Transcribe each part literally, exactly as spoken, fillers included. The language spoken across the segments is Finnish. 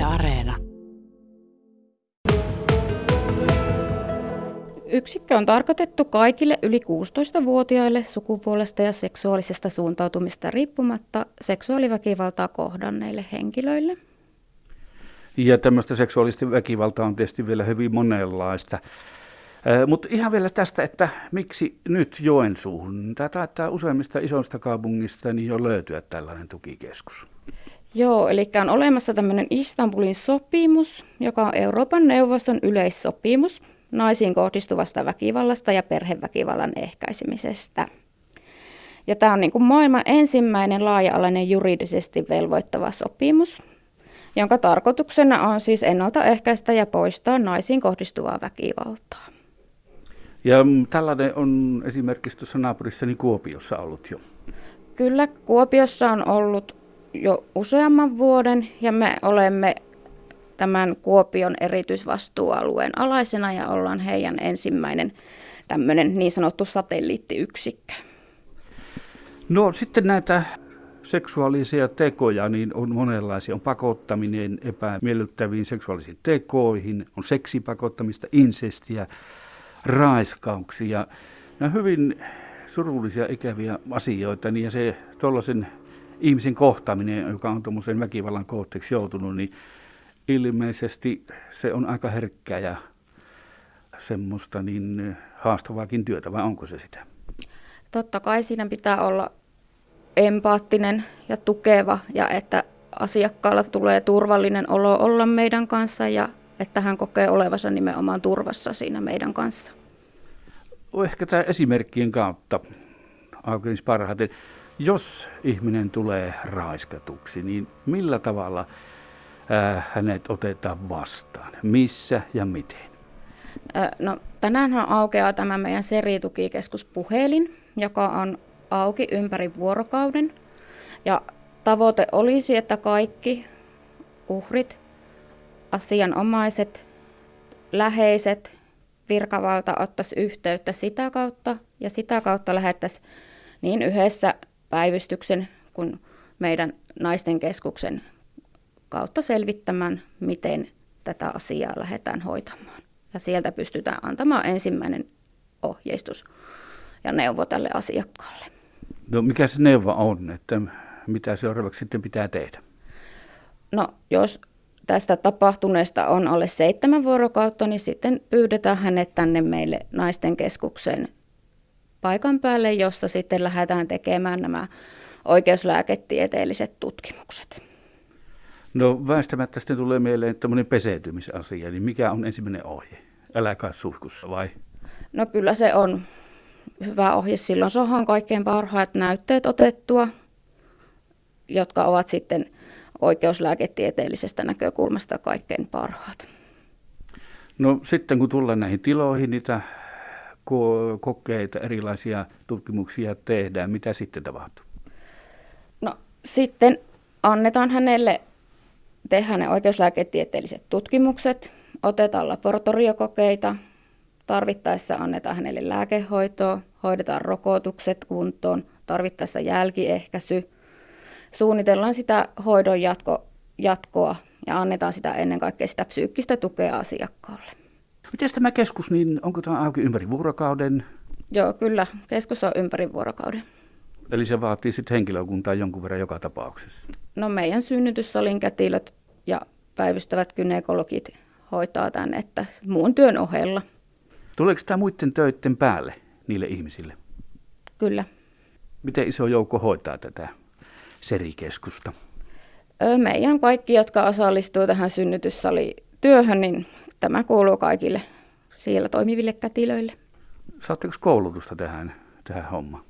Areena. Yksikkö on tarkoitettu kaikille yli kuusitoistavuotiaille sukupuolesta ja seksuaalisesta suuntautumista riippumatta seksuaaliväkivaltaa kohdanneille henkilöille. Ja tämmöistä seksuaalista väkivaltaa on tietysti vielä hyvin monenlaista. Mutta ihan vielä tästä, että miksi nyt Joensuuhun? Tämä taitaa useimmista isoista kaupungista niin jo löytyä tällainen tukikeskus. Joo, eli on olemassa tämmöinen Istanbulin sopimus, joka on Euroopan neuvoston yleissopimus naisiin kohdistuvasta väkivallasta ja perheväkivallan ehkäisemisestä. Ja tämä on niin kuin maailman ensimmäinen laaja-alainen juridisesti velvoittava sopimus, jonka tarkoituksena on siis ennaltaehkäistä ja poistaa naisiin kohdistuvaa väkivaltaa. Ja tällainen on esimerkiksi tuossa naapurissani Kuopiossa ollut jo. Kyllä, Kuopiossa on ollut jo useamman vuoden ja me olemme tämän Kuopion erityisvastuualueen alaisena ja ollaan heidän ensimmäinen tämmöinen niin sanottu satelliittiyksikkö. No sitten näitä seksuaalisia tekoja niin on monenlaisia. On pakottaminen epämiellyttäviin seksuaalisiin tekoihin, on seksipakottamista, insestiä, raiskauksia. Nämä on hyvin surullisia, ikäviä asioita, niin ja se tuollaisen ihmisen kohtaaminen, joka on tuommoisen väkivallan kohteeksi joutunut, niin ilmeisesti se on aika herkkää ja semmoista niin haastavaakin työtä, vai onko se sitä? Totta kai siinä pitää olla empaattinen ja tukeva ja että asiakkaalla tulee turvallinen olo olla meidän kanssa ja että hän kokee olevansa nimenomaan turvassa siinä meidän kanssa. Ehkä tämä esimerkkien kautta aukenisi parhaiten. Jos ihminen tulee raiskatuksi, niin millä tavalla ää, hänet otetaan vastaan? Missä ja miten? No, tänäänhän aukeaa tämä meidän seritukikeskuspuhelin, joka on auki ympäri vuorokauden. Ja tavoite olisi, että kaikki uhrit, asianomaiset, läheiset, virkavalta ottaisi yhteyttä sitä kautta ja sitä kautta lähettäisiin niin yhdessä päivystyksen kuin meidän naisten keskuksen kautta selvittämään, miten tätä asiaa lähdetään hoitamaan. Ja sieltä pystytään antamaan ensimmäinen ohjeistus ja neuvo tälle asiakkaalle. No mikä se neuvo on, että mitä seuraavaksi sitten pitää tehdä? No jos tästä tapahtuneesta on alle seitsemän vuorokautta, niin sitten pyydetään hänet tänne meille naisten keskukseen paikan päälle, jossa sitten lähdetään tekemään nämä oikeuslääketieteelliset tutkimukset. No väistämättä sitten tulee mieleen tämmöinen peseytymisasia, niin mikä on ensimmäinen ohje? Älä kai suihkussa vai? No kyllä se on hyvä ohje. Silloin saadaan kaikkein parhaat näytteet otettua, jotka ovat sitten oikeuslääketieteellisestä näkökulmasta kaikkein parhaat. No sitten kun tullaan näihin tiloihin, niitä kokeita, erilaisia tutkimuksia tehdään, mitä sitten tapahtuu? No sitten annetaan hänelle tehdä ne oikeuslääketieteelliset tutkimukset, otetaan laboratoriokokeita, tarvittaessa annetaan hänelle lääkehoitoa, hoidetaan rokotukset kuntoon, tarvittaessa jälkiehkäisy, suunnitellaan sitä hoidon jatko, jatkoa ja annetaan sitä ennen kaikkea sitä psyykkistä tukea asiakkaalle. Miten tämä keskus, niin onko tämä auki ympäri vuorokauden? Joo, kyllä. Keskus on ympäri vuorokauden. Eli se vaatii sitten henkilökuntaa jonkun verran joka tapauksessa? No meidän synnytyssalin kätilöt ja päivystävät gynekologit hoitaa tämän, että muun työn ohella. Tuleeko tämä muiden töiden päälle niille ihmisille? Kyllä. Miten iso joukko hoitaa tätä serikeskusta? Meidän kaikki, jotka osallistuu tähän synnytyssalityöhön, niin tämä kuuluu kaikille siellä toimiville kätilöille. Saatteko koulutusta tähän, tähän hommaan?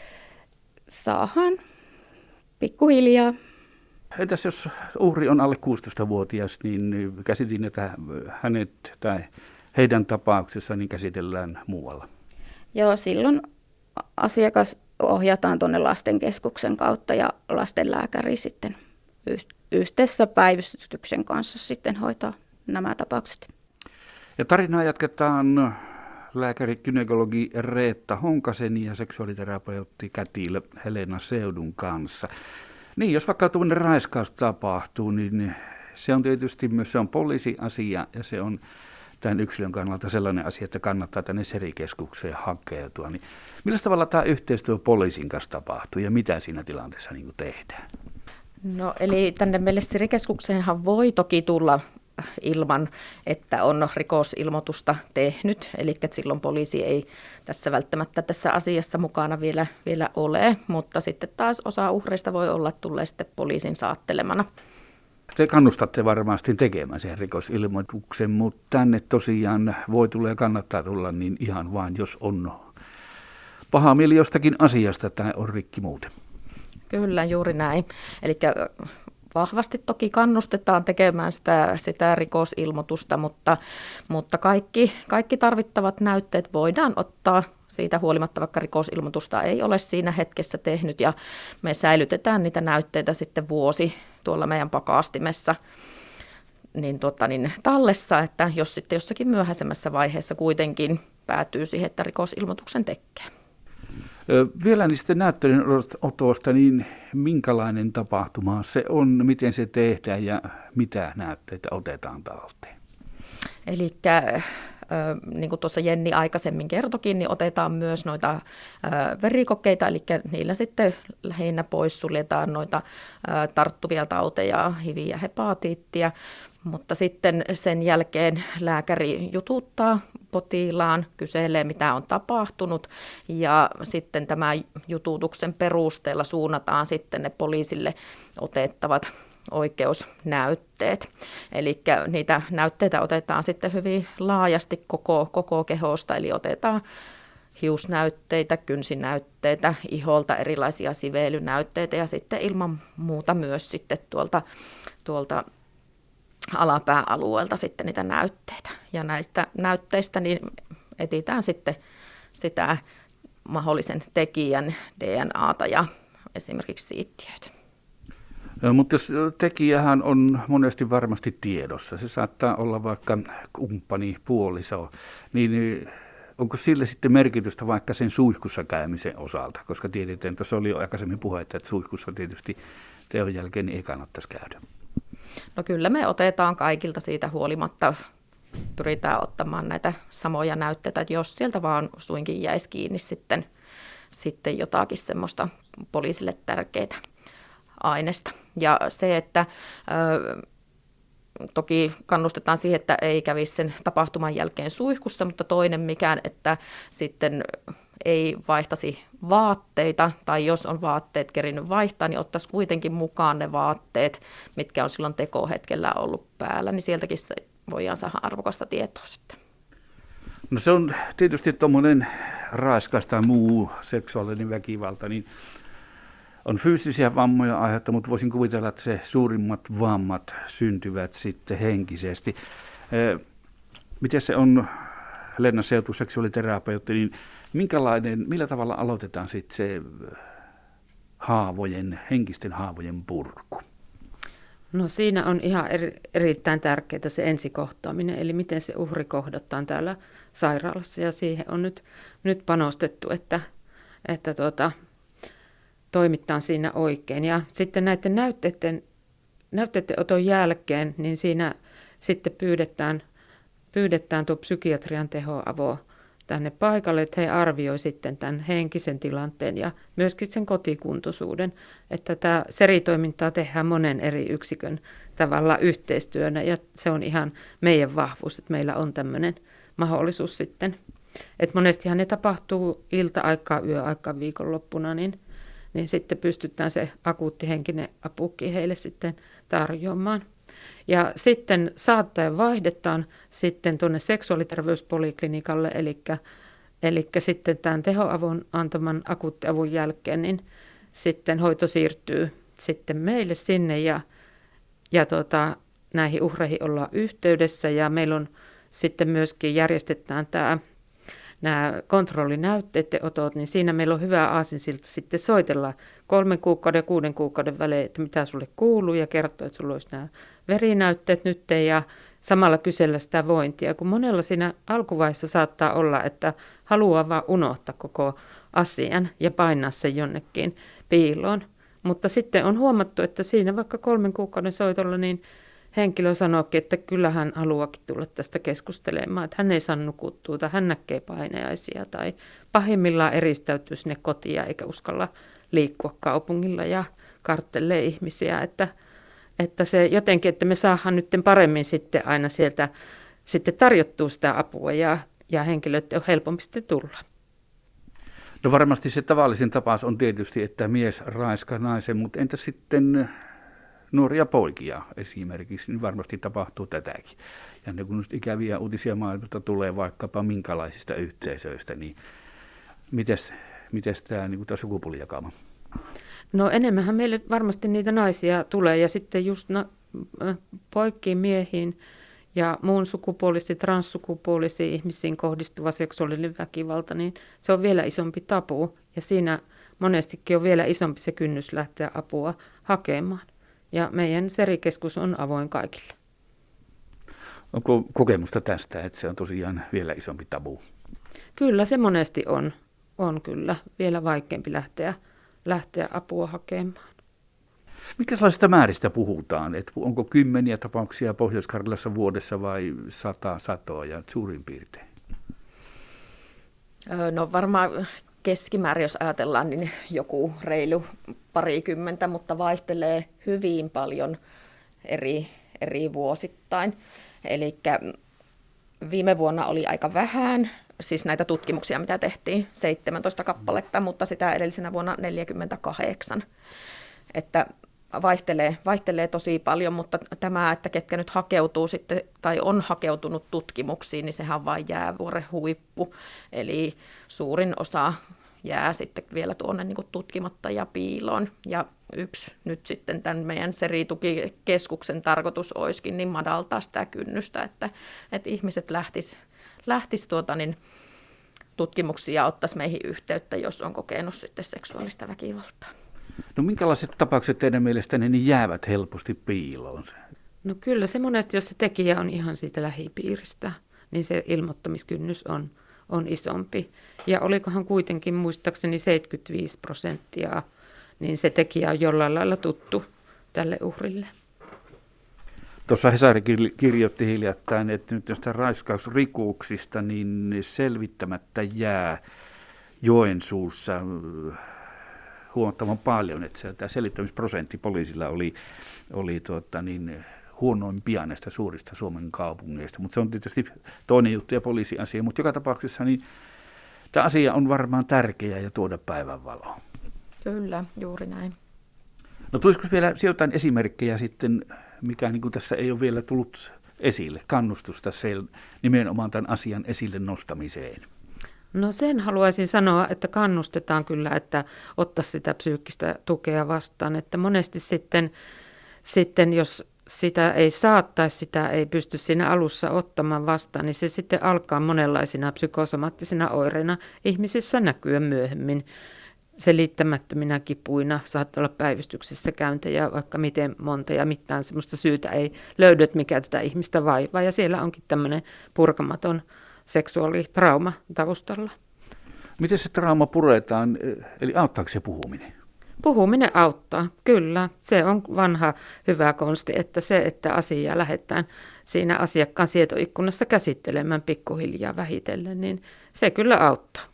Saahan. Pikkuhiljaa. Entäs jos uhri on alle kuusitoistavuotias, niin käsitin, että hänet tai heidän tapauksessa niin käsitellään muualla? Joo, silloin asiakas ohjataan tuonne lastenkeskuksen kautta ja lastenlääkäri sitten yhteensä päivystyksen kanssa sitten hoitaa nämä tapaukset. Ja tarinaa jatketaan lääkäri gynekologi Reetta Honkasen ja seksuaaliterapeutti kätilö Helena Seudun kanssa. Niin, jos vaikka tuommoinen raiskaus tapahtuu, niin se on tietysti myös se on poliisiasia ja se on tämän yksilön kannalta sellainen asia, että kannattaa tänne serikeskukseen hakeutua. Niin millä tavalla tämä yhteistyö poliisin kanssa tapahtuu ja mitä siinä tilanteessa niin kuin tehdään? No eli tänne meille serikeskukseenhan voi toki tulla ilman, että on rikosilmoitusta tehnyt, eli silloin poliisi ei tässä välttämättä tässä asiassa mukana vielä, vielä ole, mutta sitten taas osa uhreista voi olla tulee sitten poliisin saattelemana. Te kannustatte varmasti tekemään sen rikosilmoituksen, mutta tänne tosiaan voi tulla ja kannattaa tulla niin ihan vain, jos on paha mieli jostakin asiasta tai on rikki muuten. Kyllä, juuri näin. Eli vahvasti toki kannustetaan tekemään sitä, sitä rikosilmoitusta, mutta, mutta kaikki, kaikki tarvittavat näytteet voidaan ottaa siitä huolimatta, vaikka rikosilmoitusta ei ole siinä hetkessä tehnyt, ja me säilytetään niitä näytteitä sitten vuosi tuolla meidän pakastimessa niin, tota, niin tallessa, että jos sitten jossakin myöhäisemmässä vaiheessa kuitenkin päätyy siihen, että rikosilmoituksen tekee. Vielä niistä näyttöiden otosta, niin minkälainen tapahtuma se on, miten se tehdään ja mitä näytteitä otetaan talteen? Eli niin kuin tuossa Jenni aikaisemmin kertokin, niin otetaan myös noita verikokeita, eli niillä sitten lähinnä poissuljetaan noita tarttuvia tauteja, hiviä ja hepatiittia, mutta sitten sen jälkeen lääkäri jututtaa potilaan, kyselee mitä on tapahtunut ja sitten tämä jututuksen perusteella suunnataan sitten ne poliisille otettavat oikeusnäytteet. Eli niitä näytteitä otetaan sitten hyvin laajasti koko, koko kehosta, eli otetaan hiusnäytteitä, kynsinäytteitä, iholta erilaisia siveilynäytteitä ja sitten ilman muuta myös sitten tuolta, tuolta alapääalueelta sitten niitä näytteitä. Ja näistä näytteistä niin etsitään sitten sitä mahdollisen tekijän D N A:ta ja esimerkiksi siittiöitä. Mutta jos tekijähän on monesti varmasti tiedossa, se saattaa olla vaikka kumppani, puoliso, niin onko sille sitten merkitystä vaikka sen suihkussa käymisen osalta? Koska tiedetään, tuossa oli jo aikaisemmin puhetta, että suihkussa tietysti teon jälkeen niin ei kannattaisi käydä. No kyllä me otetaan kaikilta siitä huolimatta, pyritään ottamaan näitä samoja näytteitä, että jos sieltä vaan suinkin jäisi kiinni sitten, sitten jotakin semmoista poliisille tärkeää aineesta. Ja se, että ö, toki kannustetaan siihen, että ei kävisi sen tapahtuman jälkeen suihkussa, mutta toinen mikään, että sitten ei vaihtaisi vaatteita, tai jos on vaatteet kerinyt vaihtaa, niin ottaisi kuitenkin mukaan ne vaatteet, mitkä on silloin tekohetkellä ollut päällä, niin sieltäkin se voidaan saada arvokasta tietoa sitten. No se on tietysti tuommoinen raiskas tai muu seksuaalinen väkivalta, niin on fyysisiä vammoja aiheuttaa, mutta voisin kuvitella, että se suurimmat vammat syntyvät sitten henkisesti. Miten se on, Leena Seutu, seksuaaliterapeutti, niin minkälainen, millä tavalla aloitetaan sitten se haavojen, henkisten haavojen purku? No siinä on ihan eri, erittäin tärkeää se ensikohtaaminen, eli miten se uhri kohdataan täällä sairaalassa, ja siihen on nyt, nyt panostettu, että, että tuota, toimitaan siinä oikein. Ja sitten näiden näytteiden, näytteiden oton jälkeen, niin siinä sitten pyydetään, pyydetään tuo psykiatrian tehoavo tänne paikalle, että he arvioi sitten tämän henkisen tilanteen ja myöskin sen kotikuntoisuuden, että tämä seritoimintaa tehdään monen eri yksikön tavalla yhteistyönä, ja se on ihan meidän vahvuus, että meillä on tämmöinen mahdollisuus sitten. Että monestihan ne tapahtuu ilta-aikaa, yöaikaa, viikonloppuna, niin, niin sitten pystytään se akuutti henkinen apukin heille sitten tarjoamaan. Ja sitten saattaen vaihdetaan sitten tuonne seksuaaliterveyspoliklinikalle, eli, eli sitten tämän tehoavun antaman akuuttiavun jälkeen, niin sitten hoito siirtyy sitten meille sinne, ja, ja tota, näihin uhreihin ollaan yhteydessä, ja meillä on sitten myöskin järjestetään tämä nämä kontrollinäytteiden otot, niin siinä meillä on hyvä aasinsilta sitten soitella kolmen kuukauden ja kuuden kuukauden välein, että mitä sulle kuuluu, ja kertoa, että sulla olisi nämä verinäytteet nyt, ja samalla kysellä sitä vointia, kun monella siinä alkuvaiheessa saattaa olla, että haluaa vaan unohtaa koko asian ja painaa sen jonnekin piiloon. Mutta sitten on huomattu, että siinä vaikka kolmen kuukauden soitolla, niin henkilö sanoikin, että kyllä hän haluakin tulla tästä keskustelemaan, että hän ei saa nukuttua tai hän näkee painajaisia tai pahimmillaan eristäytyy sinne kotiin eikä uskalla liikkua kaupungilla ja karttelee ihmisiä, että, että se jotenkin, että me saadaan nyt paremmin sitten aina sieltä sitten tarjottua sitä apua ja, ja henkilöiden on helpompi sitten tulla. No varmasti se tavallisin tapaus on tietysti, että mies raiskaa naisen, mutta entä sitten nuoria poikia esimerkiksi, niin varmasti tapahtuu tätäkin. Ja kun nyt ikäviä uutisia maailmalta tulee vaikkapa minkälaisista yhteisöistä, niin mites, mites tämä, niin tämä sukupuolijakauma? No enemmänhän meille varmasti niitä naisia tulee ja sitten just na, poikkiin, miehiin ja muun sukupuolisiin, transsukupuolisiin ihmisiin kohdistuva seksuaalinen väkivalta, niin se on vielä isompi tabu ja siinä monestikin on vielä isompi se kynnys lähteä apua hakemaan. Ja meidän serikeskus on avoin kaikille. Onko kokemusta tästä, että se on tosiaan vielä isompi tabu? Kyllä se monesti on. On kyllä vielä vaikeampi lähteä, lähteä apua hakemaan. Minkälaisista määristä puhutaan? Et onko kymmeniä tapauksia Pohjois-Karjalassa vuodessa vai sata satoa ja suurin piirtein? No varmaan keskimäärin, jos ajatellaan, niin joku reilu parikymmentä, mutta vaihtelee hyvin paljon eri, eri vuosittain. Eli viime vuonna oli aika vähän, siis näitä tutkimuksia, mitä tehtiin, seitsemäntoista kappaletta, mutta sitä edellisenä vuonna neljäkymmentäkahdeksan. Että vaihtelee, vaihtelee tosi paljon, mutta tämä, että ketkä nyt hakeutuu sitten, tai on hakeutunut tutkimuksiin, niin sehän on vain jäävuoren huippu. Eli suurin osa jää sitten vielä tuonne niin kuin tutkimatta ja piiloon. Ja yksi nyt sitten tämän meidän seritukikeskuksen tarkoitus olisikin niin madaltaa sitä kynnystä, että, että ihmiset lähtis, lähtis tuota niin tutkimuksia ja ottaisi meihin yhteyttä, jos on kokenut sitten seksuaalista väkivaltaa. No minkälaiset tapaukset teidän mielestänne niin jäävät helposti piiloon? No kyllä se monesti, jos se tekijä on ihan siitä lähipiiristä, niin se ilmoittamiskynnys on, on isompi. Ja olikohan kuitenkin muistaakseni seitsemänkymmentäviisi prosenttia, niin se tekijä on jollain lailla tuttu tälle uhrille. Tuossa Hesari kirjoitti hiljattain, että nyt näistä raiskausrikoksista niin selvittämättä jää Joensuussa huomattavan paljon, että tämä selvittämisprosentti poliisilla oli, oli tuota, niin, huonoimpia näistä suurista Suomen kaupungeista, mutta se on tietysti toinen juttu ja poliisiasia, mutta joka tapauksessa niin, tämä asia on varmaan tärkeä ja tuoda päivänvaloon. Kyllä, juuri näin. No tulisiko vielä jotain esimerkkejä sitten, mikä niin kuin tässä ei ole vielä tullut esille, kannustusta nimenomaan tämän asian esille nostamiseen? No sen haluaisin sanoa, että kannustetaan kyllä, että ottaisi sitä psyykkistä tukea vastaan, että monesti sitten, sitten jos sitä ei saa tai sitä ei pysty siinä alussa ottamaan vastaan, niin se sitten alkaa monenlaisina psykosomaattisina oireina ihmisissä näkyä myöhemmin selittämättöminä kipuina. Saattaa olla päivystyksessä käyntejä vaikka miten monta ja mitään sellaista syytä ei löydy, mikä tätä ihmistä vaivaa ja siellä onkin tämmöinen purkamaton seksuaalitrauma taustalla. Miten se trauma puretaan, eli auttaako se puhuminen? Puhuminen auttaa, kyllä. Se on vanha hyvä konsti, että se, että asiaa lähdetään siinä asiakkaan sietoikkunassa käsittelemään pikkuhiljaa vähitellen, niin se kyllä auttaa.